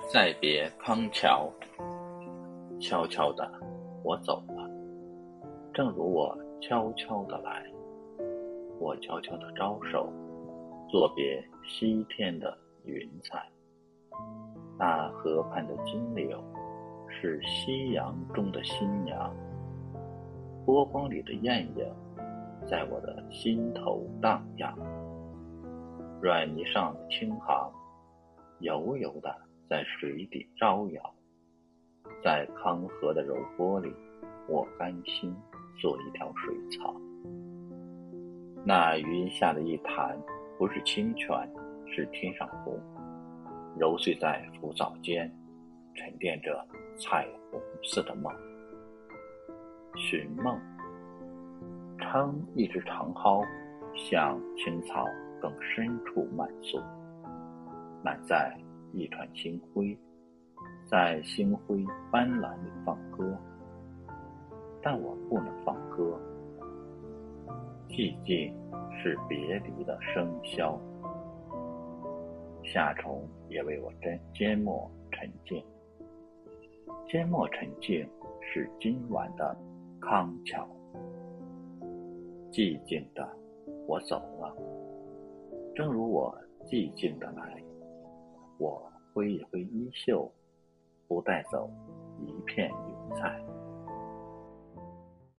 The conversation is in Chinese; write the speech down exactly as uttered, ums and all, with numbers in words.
再别康桥，悄悄的我走了，正如我悄悄的来，我悄悄的招手，作别西天的云彩。那河畔的金柳，是夕阳中的新娘，波光里的艳影，在我的心头荡漾。软泥上的轻航，悠悠的在水底招摇，在康河的柔波里，我甘心做一条水草。那云下的一潭，不是清泉，是天上虹，揉碎在浮藻间，沉淀着彩虹似的梦。寻梦，撑一只长蒿，向青草更深处漫溯，满载一船星辉，在星辉斑斓里放歌。但我不能放歌，寂静是别离的笙箫。夏虫也为我斟缄默沉静，缄默沉静是今晚的康桥。寂静的我走了，正如我寂静的来，我挥一挥衣袖，不带走一片云彩。